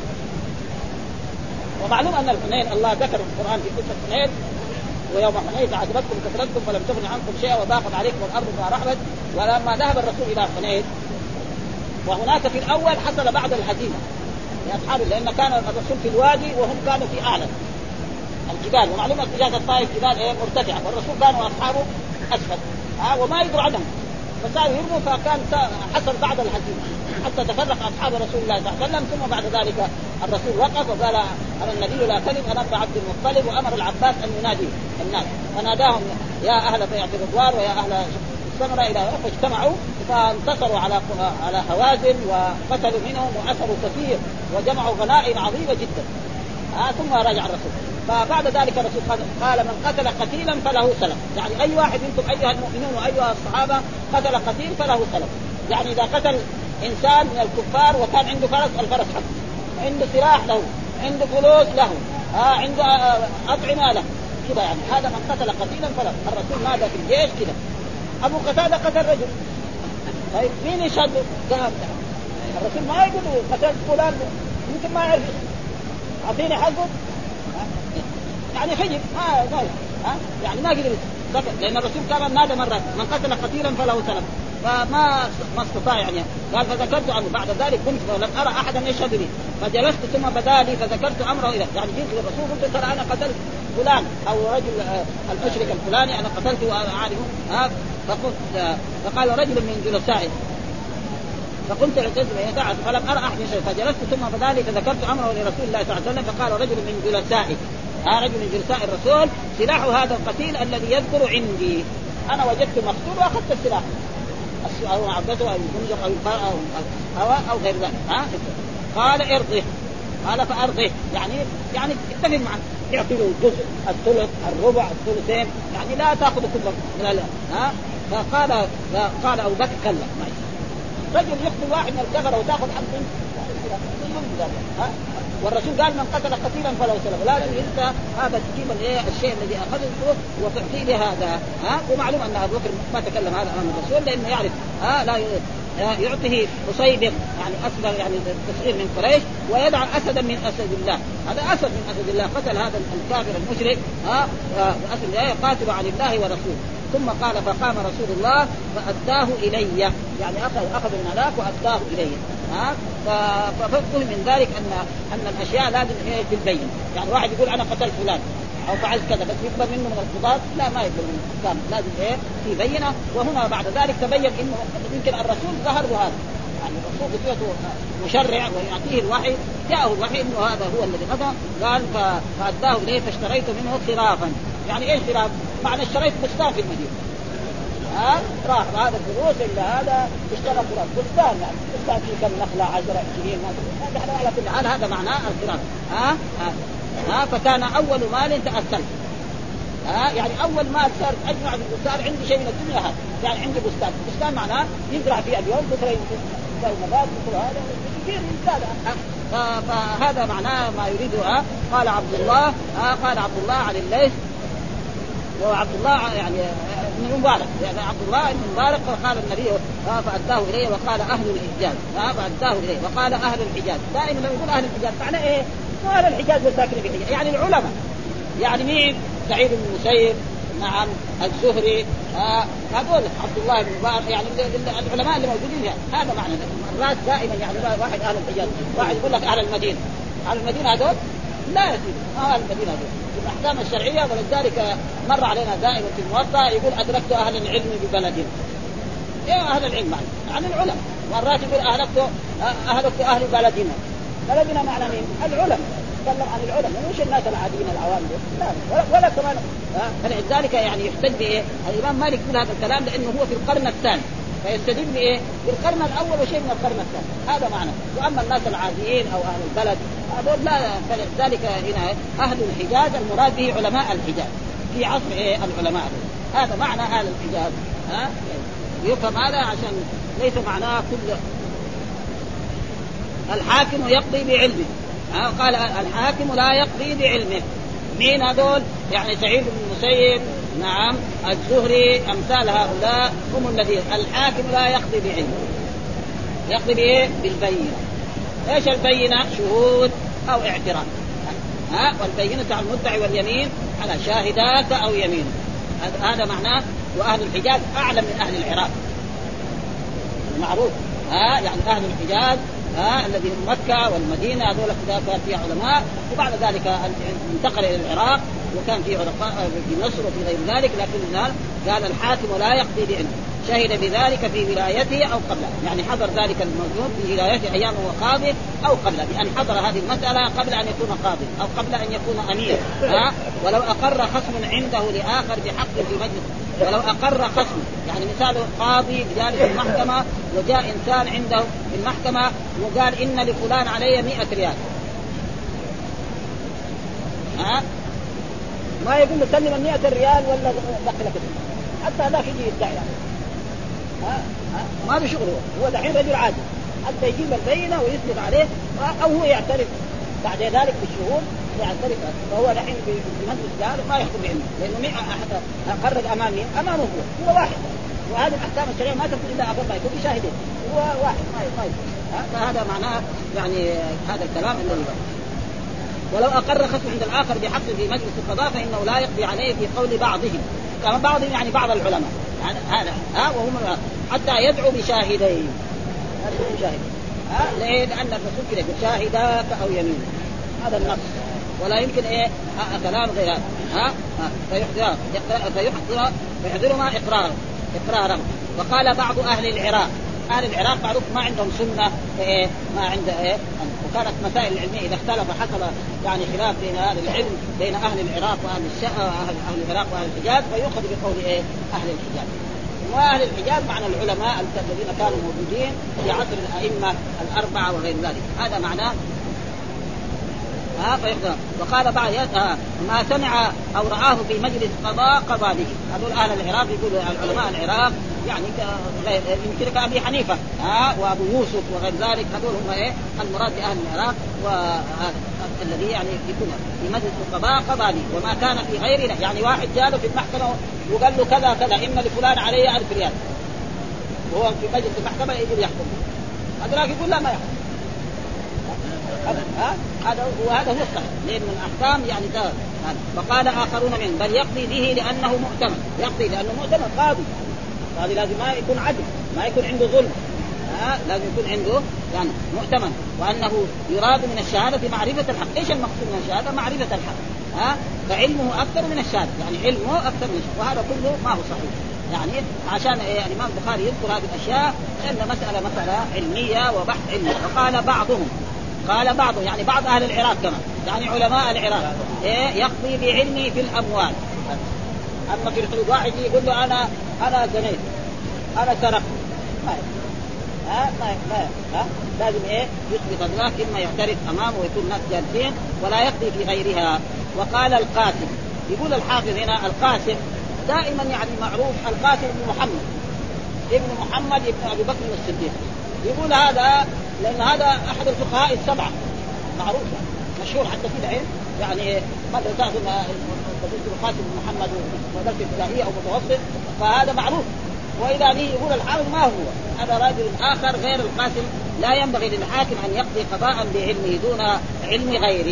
ومعلوم ان الحنين الله ذكر القران في قصه حنين ويوم حنين أعجبتكم كثرتكم فلم تغن عنكم شيئا وضاقت عليكم الارض بما رحبت. ولما ذهب الرسول الى حنين وهناك في الاول حصل بعد الهزيمه لاصحابه لان كان الرسول في الوادي وهم كانوا في اعلى الجبال. ومعلومه اتجاه الطائف جبال مرتفعه والرسول كانوا واصحابه اسفل وما يدروا عنهم فصاروا يرموا فكان حصل بعد الهزيمه حتى تفرق اصحاب رسول الله صلى الله عليه وسلم. ثم بعد ذلك الرسول وقف وقال انا النبي لا كذب انا ابن عبد المطلب وامر العباس ان ينادي الناس فناداهم يا اهل بيعه الرضوان ويا اهل السمره الى فاجتمعوا فانتصروا على هوازن وقتلوا منهم واسروا كثير وجمعوا غنائم عظيمه جدا. ثم رجع الرسول. فبعد ذلك الرسول قال من قتل قتيلا فله سلم. يعني اي واحد منكم ايها المؤمنون وايها الصحابه قتل قتيل فله سلم. يعني اذا قتل انسان من الكفار وكان عنده فرس الفرس حقه عنده سلاح له عنده فلوس له عنده اطعمه له كذا يعني هذا من قتل قتيلا فله. الرسول نادى في الجيش كذا ابو قتاده قتل رجل طيب مين يشهد ذهب الرسول ما يقول قتل فلان يمكن ما يعرف اعطيني حقه يعني خجل يعني ما قدر لان الرسول كان نادى مره من قتل قتيلا فله سلم فما استطاع يعني قال فذكرت عنه بعد ذلك قلت ولم ارى احدا يشهد لي فجلست ثم بدا لي فذكرت امره اليه يعني جئت للرسول قلت ترى انا قتلت فلان او رجل المشرك الفلاني انا قتلته وانا عارف فقلت فقال رجل من جلسائه فقلت اعتذر يدعس فلم ارى احد يشهد فجلست ثم بدا لي فذكرت امره لرسول الله صلى الله عليه وسلم فقال رجل من جلسائه رجل من جلساء الرسول سلاح هذا القتيل الذي يذكر عندي انا وجدت مقتول واخذت السلاح او عبده او البندق او القرء او غير ذلك قال ارضه قال فارضه يعني اتفق معه يعطي له الجزء الثلث الربع الثلثين يعني لا تاخذ كل من فقال ابو بكر كلا معي رجل يقتل واحد من الكفر وتاخذ حقه والرسول قال من قتل قتيلا فله سلم لازم انت هذا تجيب الشيء الذي اخذته وتعطيه لهذا ومعلوم ان ابو بكر ما تكلم هذا امام الرسول لانه يعرف لا يعطيه أصيبغ يعني اصغر يعني تصغير من قريش ويدع اسدا من اسد الله هذا اسد من اسد الله قتل هذا الكافر المشرك اسد الله قاتل عن الله ورسوله. ثم قال فقام رسول الله فأداه إلي يعني أخذ الملاك وأداه إلي ففقه من ذلك أن الأشياء لازم تبين يعني واحد يقول أنا قتلت فلان أو فعلت كذا بس يقبل منه من القضاة لا ما يقبل منه كان لازم في بينة. وهنا بعد ذلك تبين إنه يمكن الرسول ظهر له هذا يعني الرسول بصيغته مشرع ويعطيه الوحي جاءه الوحي إنه هذا هو الذي قضى قال فأداه إليه فاشتريت منه خرافا يعني إيش خراف معنى اشتريت بستان في المدينة راح هذا الفلوس إلا هذا اشترى خراف بستان يعني بستان فيه كم نخلة 10 20 هذا على كل حال هذا معناه الخراف فكان أول مال تأثل يعني أول مال صار أجمع بالبستان عندي شيء من الدنيا هذا يعني عندي بستان معناه يزرع فيه اليوم بكرة نبات بكرة هذا كثير من هذا فهذا معناه ما يريده. قال عبد الله عن الليث وعبد الله يعني ابن مبارك يعني عبد الله ابن مبارك قال النبي فأداه إليه وقال أهل الحجاز فأداه إليه وقال أهل الحجاز دائما لما يقول أهل الحجاز معناه إيه؟ أهل الحجاز والساكنين في الحجاز يعني العلماء يعني مين؟ سعيد بن المسيب نعم الزهري هذول عبد الله بن مبارك يعني العلماء اللي موجودين يعني هذا معنى الراس دائما يعني واحد أهل الحجاز واحد يقول لك أهل المدينة هذول لا يصير أهل المدينة هذول الأحكام الشرعية. ولذلك مر علينا دائما في الموطأ يقول أدركت أهل العلم ببلدنا إيه أهل العلم يعني العلماء مرات يقول أهلك أهل بلدنا معنى مين؟ العلماء تكلم عن العلماء مش الناس العاديين العوام لا ولا كمان فلذلك يعني يحتج بإيه الإمام مالك يقول هذا الكلام لأنه هو في القرن الثاني فيستدل بإيه بالقرن الأول وشيء من القرن الثاني هذا معنى. وأما الناس العاديين أو أهل البلد هذول لا فلذلك هنا أهل الحجاز المراد به علماء الحجاز في عصر إيه العلماء هذا معنى أهل الحجاز يفهم هذا عشان ليس معناه كل الحاكم يقضي بعلمه. قال الحاكم لا يقضي بعلمه. مين هذول؟ يعني سعيد بن المسيب، نعم، الزهري، أمثال هؤلاء هم الذين الحاكم لا يقضي بعلمه. يقضي بإيه؟ بالبينة. إيش البينة؟ شهود أو اعتراف. والبينة على المدعي واليمين على شاهدات أو يمين. هذا معناه. وأهل الحجاز أعلم من أهل العراق معروف. يعني أهل الحجاز الذين مكة والمدينة هذول كان فيها علماء، وبعد ذلك انتقل إلى العراق وكان فيه علماء في مصر وفي غير ذلك. لكن قال الحاكم لا يقضي بعلمه، شهد بذلك في ولايته أو قبله، يعني حضر ذلك الموجود في ولايته أيام هو قاضي أو قبله، بأن حضر هذه المسألة قبل أن يكون قاضي أو قبل أن يكون أمير. ولو أقر خصم عنده لآخر بحق في مجلس، ولو أقر خصم، يعني مثال قاضي جالس المحكمة وجاء إنسان عنده في المحكمة وقال إن لفلان علي 100 ريال، ما يقول له سلم 100 ريال ولا دخلك حتى ذاك يجي يدعي ما بشغله. هو دحين رجل عادي حتى يجيب البينة ويثبت عليه، أو هو يعترف بعد ذلك بالشهود يعترف. فهو دحين في مجلس قال ما يحكم بعلمه، لأنه 100 أحد أقرد أمامه هو واحد، وهذه الأحكام الشرعية ما تكون إلا أقل ما يكون بشاهدين، هو واحد ما يكون. فهذا معناه يعني هذا الكلام الذي ولو أقر خصم عند الآخر بحق في مجلس القضاء فإنه لا يقضي عليه في قول بعضهم، كما بعضهم يعني بعض العلماء هذا وهم حتى يدعو بشاهدين. ليه؟ لأن الرسول كده شاهداك أو يمين، هذا النص، ولا يمكن كلام غير فيحضرهما إقرارا. وقال بعض أهل العراق معروف ما عندهم سنة ما عنده وكانت مسائل العلمية إذا اختلف حصل يعني خلاف بين أهل العلم بين أهل العراق وأهل أهل العراق وأهل الحجاز، فيؤخذ بقول أهل الحجاز. وأهل الحجاز معنى العلماء الذين كانوا موجودين في عصر الأئمة الأربعة وغير ذلك، هذا معناه. وقال بعض ما سمع أو رآه في مجلس قضاء قضى به. هذول أهل العراق يقولوا علماء العراق يعني يمكن كأبي حنيفة وأبو يوسف وغير ذلك، هذول هم المراد بأهل العراق والذي يعني يكون في مجلس القضاء قضى به. وما كان في غيرنا، يعني واحد جاء في المحكمة وقال له كذا كذا إن لفلان عليه 1000 ريال، وهو في مجلس المحكمة يجي يحكم، هذا يقول لا ما يحكم. وهذا هو الصحيح، لأن من الأحكام يعني ده. فقال آخرون من بل يقضي به لأنه مؤتمن، يقضي لأنه مؤتمن قاضي لازم ما يكون عدل، ما يكون عنده ظلم، لازم يكون عنده يعني مؤتمن. وأنه يراد من الشهادة معرفة الحق. إيش المقصود من الشهادة؟ معرفة الحق. فعلمه أكثر من الشهادة، يعني علمه أكثر من الشهادة، وهذا كله ما هو صحيح. يعني عشان الإمام البخاري يذكر هذه الأشياء لأن مسألة علمية وبحث علمي. وقال بعضهم يعني بعض أهل العراق كمان، يعني علماء العراق يقضي بعلمه في الأموال. أما في الحدود واحد يقول له أنا زنيت أنا سرقت لازم يثبت ذلك، إما يعترف أمامه ويكون الناس جالسين ولا يقضي في غيرها. وقال القاسم، يقول الحافظ هنا القاسم دائما يعني معروف القاسم ابن محمد ابن أبي بكر الصديق، يقول هذا لأن هذا أحد الفقهاء السبعة معروف مشهور حتى في العلم، يعني ماذا تعرف القاسم بن محمد ودرس ابتدائية أو متوسط، فهذا معروف. وإذا به يقول الحافظ ما هو هذا رجل آخر غير القاسم، لا ينبغي للحاكم أن يقضي قضاء بعلمه دون علم غيره.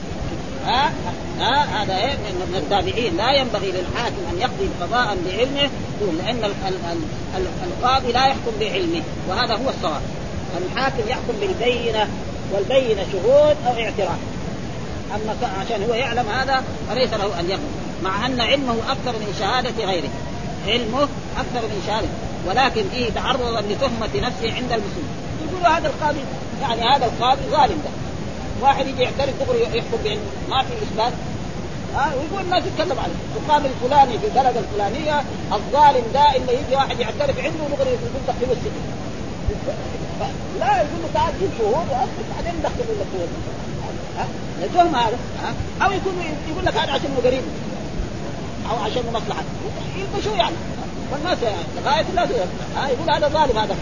هذا من التابعين، لا ينبغي للحاكم أن يقضي قضاء بعلمه دون، لأن القاضي لا يحكم بعلمه، وهذا هو الصواب. الحاكم يحكم بالبينة، والبينة شهود أو اعتراف. أما عشان هو يعلم هذا فليس له أن يقضي، مع أن علمه أكثر من شهادة غيره، علمه أكثر من شهادة، ولكن فيه تعرضا لتهمة نفسه عند المسلمين. يقولوا هذا القاضي يعني هذا القاضي ظالم ده، واحد يجي يعترف دغري يحكم بعلم ما في إثبات، ويقول الناس يتكلم عنه القاضي الفلاني في البلد الفلانية الظالم ده، إلا يجي واحد يعترف عنده دغري يقول دخلوا السجن. لا يقول له تعال جيب شهود وأصبح بعدين ندخلوا لك التهم هذا. أو يقول لك هذا عشان قريب أو عشان مصلحة، يبقى شو يعني والناس لغاية الناس يقول هذا ظالم هذا القاضي،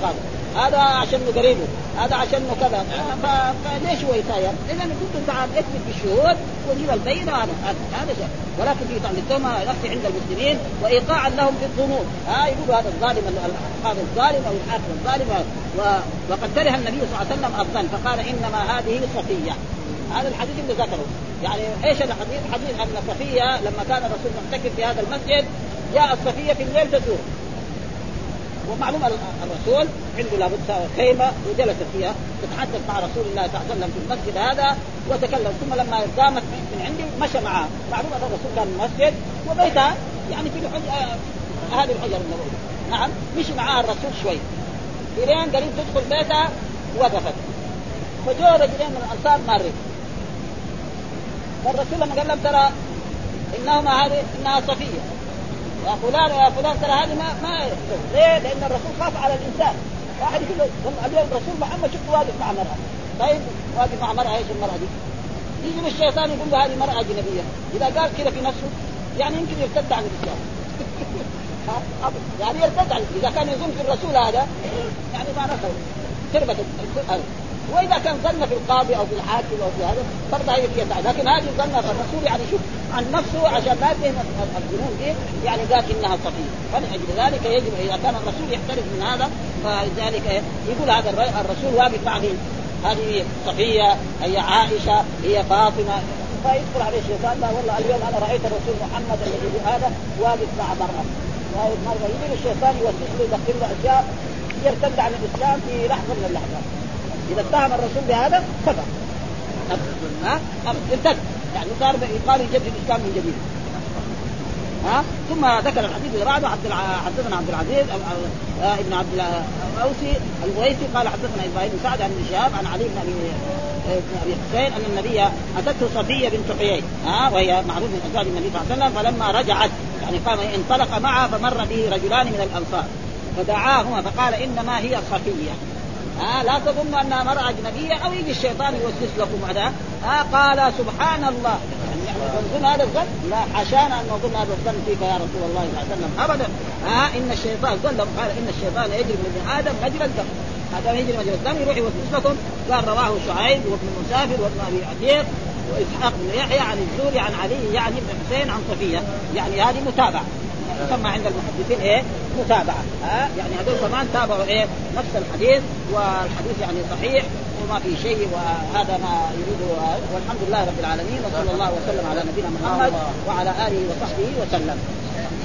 هذا عشان قريبه، هذا عشان كذا، فليش هو يساير؟ إذا كنت تعال اثبت بالشهود وجيب البينة، هذا شيء. ولكن في تعليقهم نفسي عند المسلمين وإيقاعا لهم في الظنون، يقولوا هذا الظالم هذا الظالم أو الحاكم الظالم. وقد كره النبي صلى الله عليه وسلم الظن فقال إنما هذه صفية. هذا الحديث اللي ذكره يعني ايش الحديث؟ حديث ان صفية لما كان الرسول معتكف في هذا المسجد جاءت صفية في الليل تزور، ومعلوم الرسول عنده لابد خيمة وجلست فيها تتحدث مع رسول الله صلى الله عليه وسلم في المسجد هذا وتكلم. ثم لما قامت من عنده مشى معها، معلوم ان الرسول كان في المسجد وبيتها يعني في هذه الحجر النبوية. نعم مشي معها الرسول شوي، في رين قريب تدخل بيتها وقفت، فجاء رجلين من الأنصار مارين، فالرسول لما قال لهم ترى إنها صفية يا فلان ترى هذه ما يحصل. ليه؟ لأن الرسول خاف على الإنسان. واحد يقول اليوم الرسول محمد شفت واقف مع مرأة، طيب واقف مع مرأة، ايش المرأة دي؟ يجي الشيطان يقول له هذه مرأة أجنبية، إذا قال كذا في نفسه يعني يمكن يرتد عن الإسلام. يعني يرتد عن، إذا كان يظن في الرسول هذا يعني ما نفعه تربة. وإذا كان ظن في القاضي أو في الحاكم أو في هذا برضه هي فيها، لكن هذه ظن في الرسول يعني شوف عن نفسه عشان لا يفهم الظنون دي، يعني قال إنها صفية. فلأجل ذلك يجب إذا كان الرسول يحترز من هذا، فلذلك يقول هذا الرسول واقف مع هذه صفية، هي عائشة، هي فاطمة، فيدخل عليه الشيطان لا والله اليوم أنا رأيت الرسول محمد الذي هذا واقف مع مرأة، يجي الشيطان يوسوس له يدخل له أشياء يرتد عن الإسلام في لحظة من اللحظات. إذا اتهم الرسول بهذا كفر، ارتد، يعني صار يقال يجدد الإسلام من جديد. ثم ذكر الحديث اللي بعده حدثنا عبد العزيز ابن عبد الأوسي الغويسي قال حدثنا إبراهيم بن سعد عن ابن شهاب عن علي بن أبي حسين أن النبي أتته صفية بنت حيي وهي معروف من أزواج النبي صلى الله عليه وسلم، فلما رجعت يعني قام انطلق معها فمر به رجلان من الأنصار فدعاهما فقال إنما هي صفية، لا تظن أنها مرأة أجنبية أو يجي الشيطان يوسوس لكم هذا. قال سبحان الله، يعني تظن هذا الظن؟ لا حاشانا أن نظن هذا الظن فيك يا رسول الله صلى الله عليه وسلم أبدا. إن الشيطان قال إن الشيطان يجري من ابن آدم مجرى الدم، هذا يجري مجرى الدم يروح يوسوس لكم. قال رواه شعيب وابن مسافر وابن أبي عتيق وإسحاق بن يحيى عن الزهري عن علي يعني ابن حسين عن صفية، يعني هذه متابعة يسمى عند المحدثين متابعة. يعني هذول كمان تابعوا نفس الحديث، والحديث يعني صحيح وما في شيء، وهذا ما يريده. والحمد لله رب العالمين، وصلى الله وسلم على نبينا محمد وعلى آله وصحبه وسلم.